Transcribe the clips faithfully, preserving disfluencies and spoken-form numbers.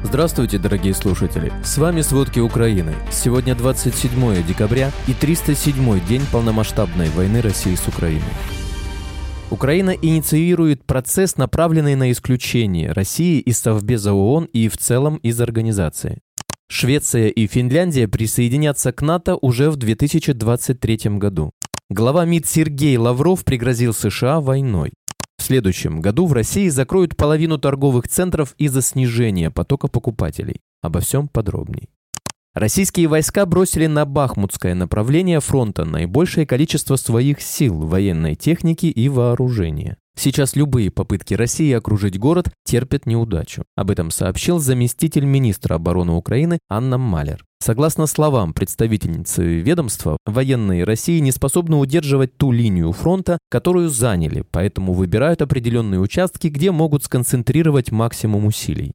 Здравствуйте, дорогие слушатели! С вами «Сводки Украины». Сегодня двадцать седьмое декабря и триста седьмой день полномасштабной войны России с Украиной. Украина инициирует процесс, направленный на исключение России из Совбеза ООН и в целом из организации. Швеция и Финляндия присоединятся к НАТО уже в две тысячи двадцать третьем году. Глава МИД Сергей Лавров пригрозил США войной. В следующем году в России закроют половину торговых центров из-за снижения потока покупателей. Обо всем подробней. Российские войска бросили на Бахмутское направление фронта наибольшее количество своих сил, военной техники и вооружения. Сейчас любые попытки России окружить город терпят неудачу. Об этом сообщил заместитель министра обороны Украины Анна Малер. Согласно словам представительницы ведомства, военные России не способны удерживать ту линию фронта, которую заняли, поэтому выбирают определенные участки, где могут сконцентрировать максимум усилий.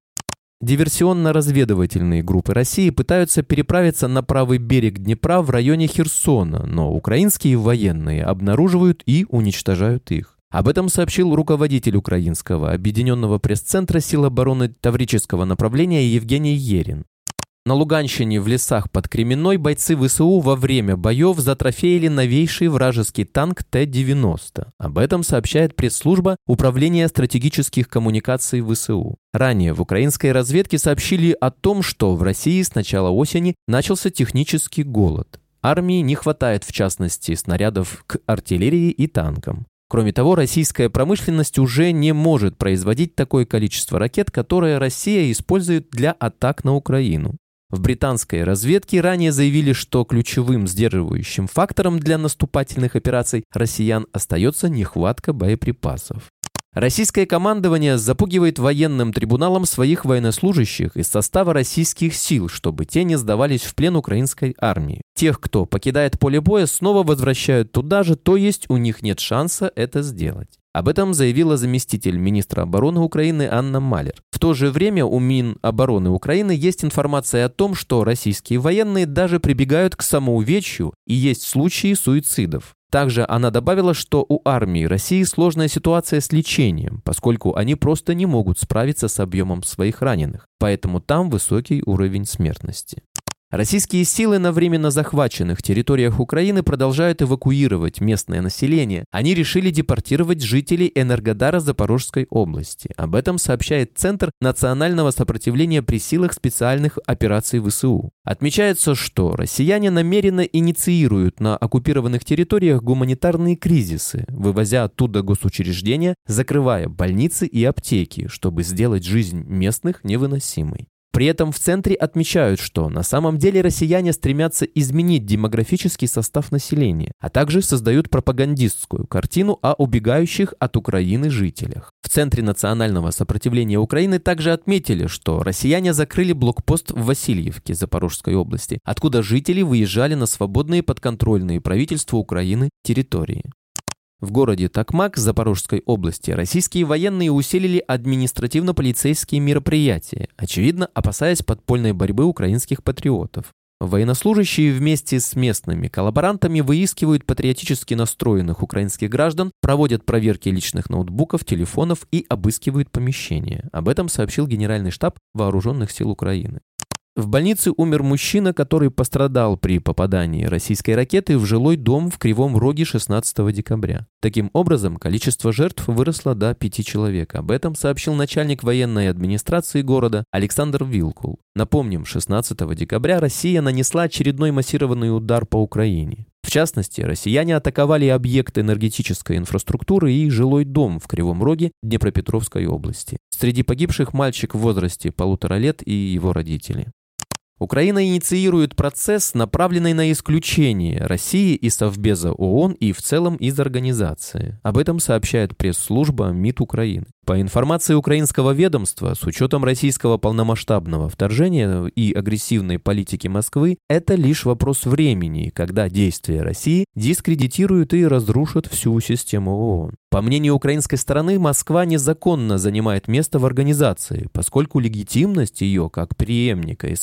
Диверсионно-разведывательные группы России пытаются переправиться на правый берег Днепра в районе Херсона, но украинские военные обнаруживают и уничтожают их. Об этом сообщил руководитель украинского объединенного пресс-центра сил обороны Таврического направления Евгений Ерин. На Луганщине в лесах под Кременной бойцы ВСУ во время боев затрофеили новейший вражеский танк Т девяносто. Об этом сообщает пресс-служба Управления стратегических коммуникаций ВСУ. Ранее в украинской разведке сообщили о том, что в России с начала осени начался технический голод. Армии не хватает, в частности, снарядов к артиллерии и танкам. Кроме того, российская промышленность уже не может производить такое количество ракет, которое Россия использует для атак на Украину. В британской разведке ранее заявили, что ключевым сдерживающим фактором для наступательных операций россиян остается нехватка боеприпасов. Российское командование запугивает военным трибуналом своих военнослужащих из состава российских сил, чтобы те не сдавались в плен украинской армии. Тех, кто покидает поле боя, снова возвращают туда же, то есть у них нет шанса это сделать. Об этом заявила заместитель министра обороны Украины Анна Малер. В то же время у Минобороны Украины есть информация о том, что российские военные даже прибегают к самоувечью и есть случаи суицидов. Также она добавила, что у армии России сложная ситуация с лечением, поскольку они просто не могут справиться с объемом своих раненых, поэтому там высокий уровень смертности. Российские силы на временно захваченных территориях Украины продолжают эвакуировать местное население. Они решили депортировать жителей Энергодара Запорожской области. Об этом сообщает Центр национального сопротивления при силах специальных операций ВСУ. Отмечается, что россияне намеренно инициируют на оккупированных территориях гуманитарные кризисы, вывозя оттуда госучреждения, закрывая больницы и аптеки, чтобы сделать жизнь местных невыносимой. При этом в центре отмечают, что на самом деле россияне стремятся изменить демографический состав населения, а также создают пропагандистскую картину о убегающих от Украины жителях. В Центре национального сопротивления Украины также отметили, что россияне закрыли блокпост в Васильевке Запорожской области, откуда жители выезжали на свободные подконтрольные правительству Украины территории. В городе Токмак Запорожской области российские военные усилили административно-полицейские мероприятия, очевидно, опасаясь подпольной борьбы украинских патриотов. Военнослужащие вместе с местными коллаборантами выискивают патриотически настроенных украинских граждан, проводят проверки личных ноутбуков, телефонов и обыскивают помещения. Об этом сообщил Генеральный штаб Вооруженных сил Украины. В больнице умер мужчина, который пострадал при попадании российской ракеты в жилой дом в Кривом Роге шестнадцатого декабря. Таким образом, количество жертв выросло до пяти человек. Об этом сообщил начальник военной администрации города Александр Вилкул. Напомним, шестнадцатого декабря Россия нанесла очередной массированный удар по Украине. В частности, россияне атаковали объект энергетической инфраструктуры и жилой дом в Кривом Роге Днепропетровской области. Среди погибших мальчик в возрасте полутора лет и его родители. Украина инициирует процесс, направленный на исключение России из Совбеза ООН и в целом из организации. Об этом сообщает пресс-служба МИД Украины. По информации украинского ведомства, с учетом российского полномасштабного вторжения и агрессивной политики Москвы, это лишь вопрос времени, когда действия России дискредитируют и разрушат всю систему ООН. По мнению украинской стороны, Москва незаконно занимает место в организации, поскольку легитимность ее как преемника СССР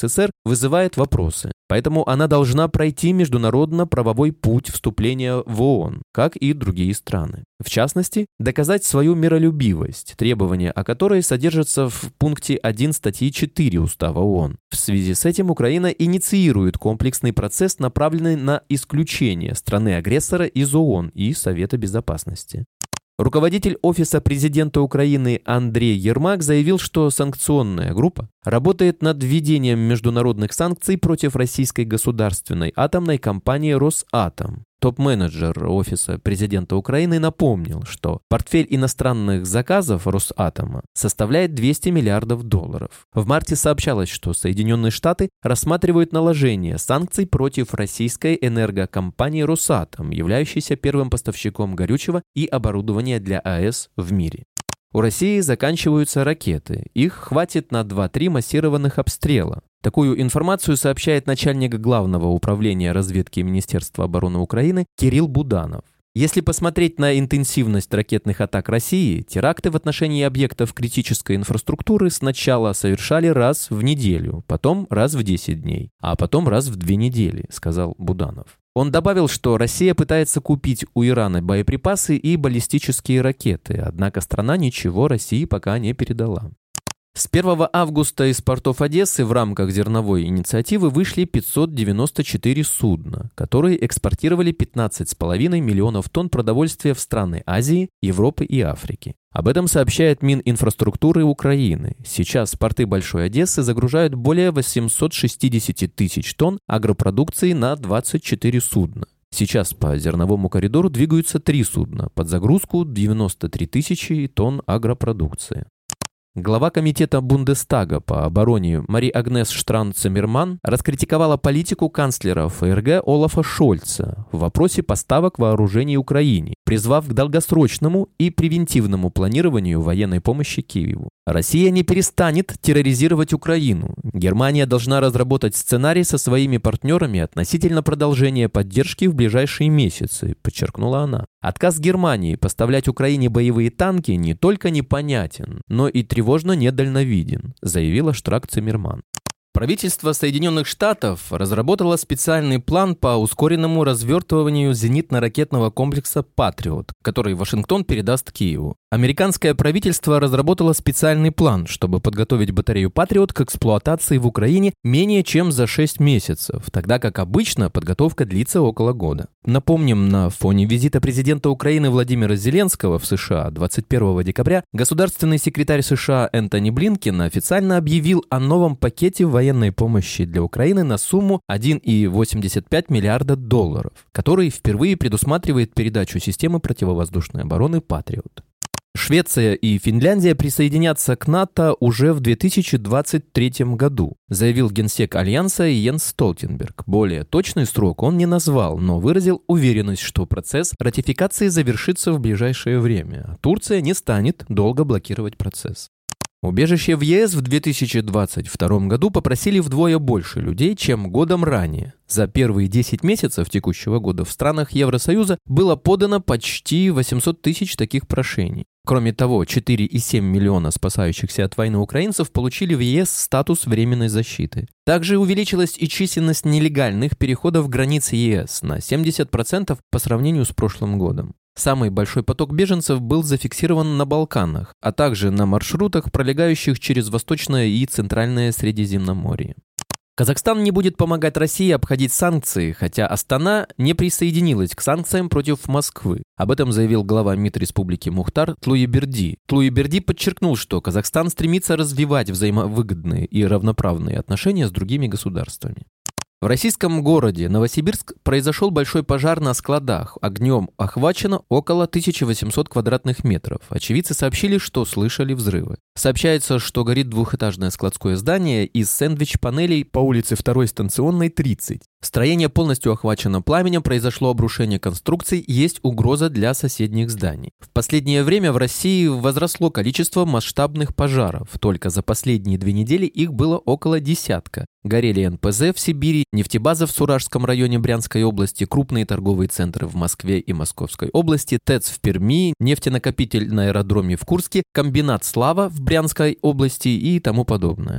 вызывает вопросы. Поэтому она должна пройти международно-правовой путь вступления в ООН, как и другие страны. В частности, доказать свою миролюбивость, требования о которой содержатся в пункте один статьи четыре Устава ООН. В связи с этим Украина инициирует комплексный процесс, направленный на исключение страны-агрессора из ООН и Совета Безопасности. Руководитель Офиса президента Украины Андрей Ермак заявил, что санкционная группа работает над введением международных санкций против российской государственной атомной компании «Росатом». Топ-менеджер Офиса президента Украины напомнил, что портфель иностранных заказов «Росатома» составляет двести миллиардов долларов. В марте сообщалось, что Соединенные Штаты рассматривают наложение санкций против российской энергокомпании «Росатом», являющейся первым поставщиком горючего и оборудования для АЭС в мире. У России заканчиваются ракеты. Их хватит на два-три массированных обстрела. Такую информацию сообщает начальник Главного управления разведки Министерства обороны Украины Кирилл Буданов. Если посмотреть на интенсивность ракетных атак России, теракты в отношении объектов критической инфраструктуры сначала совершали раз в неделю, потом раз в десять дней, а потом раз в две недели, сказал Буданов. Он добавил, что Россия пытается купить у Ирана боеприпасы и баллистические ракеты, однако страна ничего России пока не передала. С первого августа из портов Одессы в рамках зерновой инициативы вышли пятьсот девяносто четыре судна, которые экспортировали пятнадцать с половиной миллионов тонн продовольствия в страны Азии, Европы и Африки. Об этом сообщает Мининфраструктуры Украины. Сейчас порты Большой Одессы загружают более восемьсот шестьдесят тысяч тонн агропродукции на двадцать четыре судна. Сейчас по зерновому коридору двигаются три судна, под загрузку девяносто три тысячи тонн агропродукции. Глава комитета Бундестага по обороне Мари-Агнес Штран-Циммерман раскритиковала политику канцлера ФРГ Олафа Шольца в вопросе поставок вооружений Украине, призвав к долгосрочному и превентивному планированию военной помощи Киеву. Россия не перестанет терроризировать Украину. Германия должна разработать сценарий со своими партнерами относительно продолжения поддержки в ближайшие месяцы, подчеркнула она. Отказ Германии поставлять Украине боевые танки не только непонятен, но и тревожно недальновиден, заявила Штрак-Циммерман. Правительство Соединенных Штатов разработало специальный план по ускоренному развертыванию зенитно-ракетного комплекса «Патриот», который Вашингтон передаст Киеву. Американское правительство разработало специальный план, чтобы подготовить батарею «Патриот» к эксплуатации в Украине менее чем за шесть месяцев, тогда как обычно подготовка длится около года. Напомним, на фоне визита президента Украины Владимира Зеленского в США двадцать первого декабря государственный секретарь США Энтони Блинкен официально объявил о новом пакете военной помощи для Украины на сумму один целых восемьдесят пять сотых миллиарда долларов, который впервые предусматривает передачу системы противовоздушной обороны «Патриот». Швеция и Финляндия присоединятся к НАТО уже в две тысячи двадцать третьем году, заявил генсек Альянса Йенс Столтенберг. Более точный срок он не назвал, но выразил уверенность, что процесс ратификации завершится в ближайшее время. Турция не станет долго блокировать процесс. Убежище в ЕС в две тысячи двадцать втором году попросили вдвое больше людей, чем годом ранее. За первые десять месяцев текущего года в странах Евросоюза было подано почти восемьсот тысяч таких прошений. Кроме того, четыре целых семь десятых миллиона спасающихся от войны украинцев получили в ЕС статус временной защиты. Также увеличилась и численность нелегальных переходов границ ЕС на семьдесят процентов по сравнению с прошлым годом. Самый большой поток беженцев был зафиксирован на Балканах, а также на маршрутах, пролегающих через Восточное и Центральное Средиземноморье. Казахстан не будет помогать России обходить санкции, хотя Астана не присоединилась к санкциям против Москвы. Об этом заявил глава МИД Республики Мухтар Тлуеберди. Тлуеберди подчеркнул, что Казахстан стремится развивать взаимовыгодные и равноправные отношения с другими государствами. В российском городе Новосибирск произошел большой пожар на складах. Огнем охвачено около тысячи восьмисот квадратных метров. Очевидцы сообщили, что слышали взрывы. Сообщается, что горит двухэтажное складское здание из сэндвич-панелей по улице второй станционной, тридцать. Строение полностью охвачено пламенем, произошло обрушение конструкций, есть угроза для соседних зданий. В последнее время в России возросло количество масштабных пожаров. Только за последние две недели их было около десятка. Горели эн пэ зэ в Сибири, нефтебаза в Суражском районе Брянской области, крупные торговые центры в Москве и Московской области, ТЭЦ в Перми, нефтенакопитель на аэродроме в Курске, комбинат «Слава» в Брянской области и тому подобное.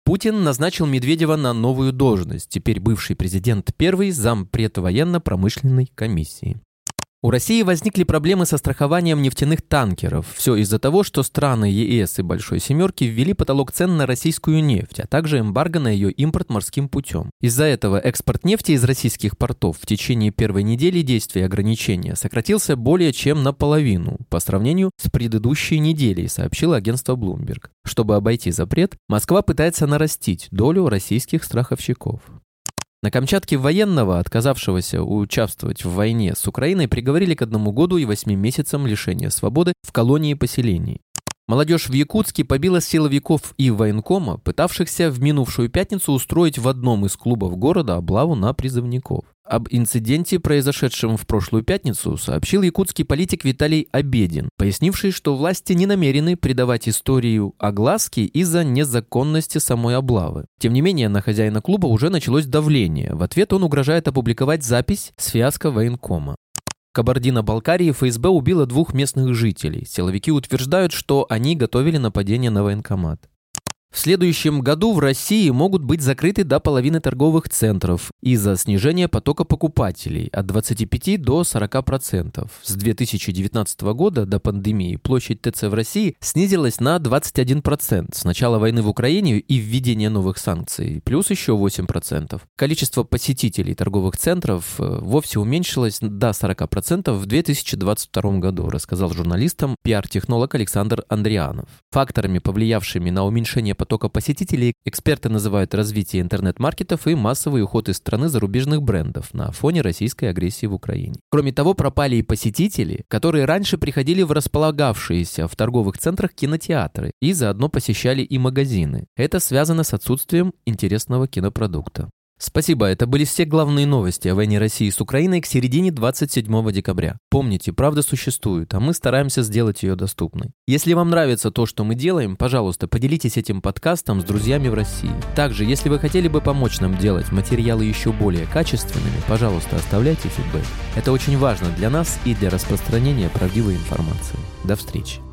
Путин назначил Медведева на новую должность. Теперь бывший президент первый зампред военно-промышленной комиссии. У России возникли проблемы со страхованием нефтяных танкеров. Все из-за того, что страны ЕС и Большой Семерки ввели потолок цен на российскую нефть, а также эмбарго на ее импорт морским путем. Из-за этого экспорт нефти из российских портов в течение первой недели действия ограничения сократился более чем наполовину по сравнению с предыдущей неделей, сообщило агентство Bloomberg. Чтобы обойти запрет, Москва пытается нарастить долю российских страховщиков. На Камчатке военного, отказавшегося участвовать в войне с Украиной, приговорили к одному году и восьми месяцам лишения свободы в колонии поселений. Молодежь в Якутске побила силовиков и военкома, пытавшихся в минувшую пятницу устроить в одном из клубов города облаву на призывников. Об инциденте, произошедшем в прошлую пятницу, сообщил якутский политик Виталий Обедин, пояснивший, что власти не намерены придавать историю огласки из-за незаконности самой облавы. Тем не менее, на хозяина клуба уже началось давление. В ответ он угрожает опубликовать запись с фиаско военкома. В Кабардино-Балкарии эф эс бэ убило двух местных жителей. Силовики утверждают, что они готовили нападение на военкомат. В следующем году в России могут быть закрыты до половины торговых центров из-за снижения потока покупателей от двадцати пяти до сорока процентов. С две тысячи девятнадцатого года до пандемии площадь тэ цэ в России снизилась на двадцать один процент. С начала войны в Украине и введения новых санкций плюс еще восемь процентов. Количество посетителей торговых центров вовсе уменьшилось до сорока процентов в две тысячи двадцать втором году, рассказал журналистам пиар-технолог Александр Андрианов. Факторами, повлиявшими на уменьшение потока посетителей, эксперты называют развитие интернет-маркетов и массовый уход из страны зарубежных брендов на фоне российской агрессии в Украине. Кроме того, пропали и посетители, которые раньше приходили в располагавшиеся в торговых центрах кинотеатры и заодно посещали и магазины. Это связано с отсутствием интересного кинопродукта. Спасибо, это были все главные новости о войне России с Украиной к середине двадцать седьмого декабря. Помните, правда существует, а мы стараемся сделать ее доступной. Если вам нравится то, что мы делаем, пожалуйста, поделитесь этим подкастом с друзьями в России. Также, если вы хотели бы помочь нам делать материалы еще более качественными, пожалуйста, оставляйте фидбэк. Это очень важно для нас и для распространения правдивой информации. До встречи.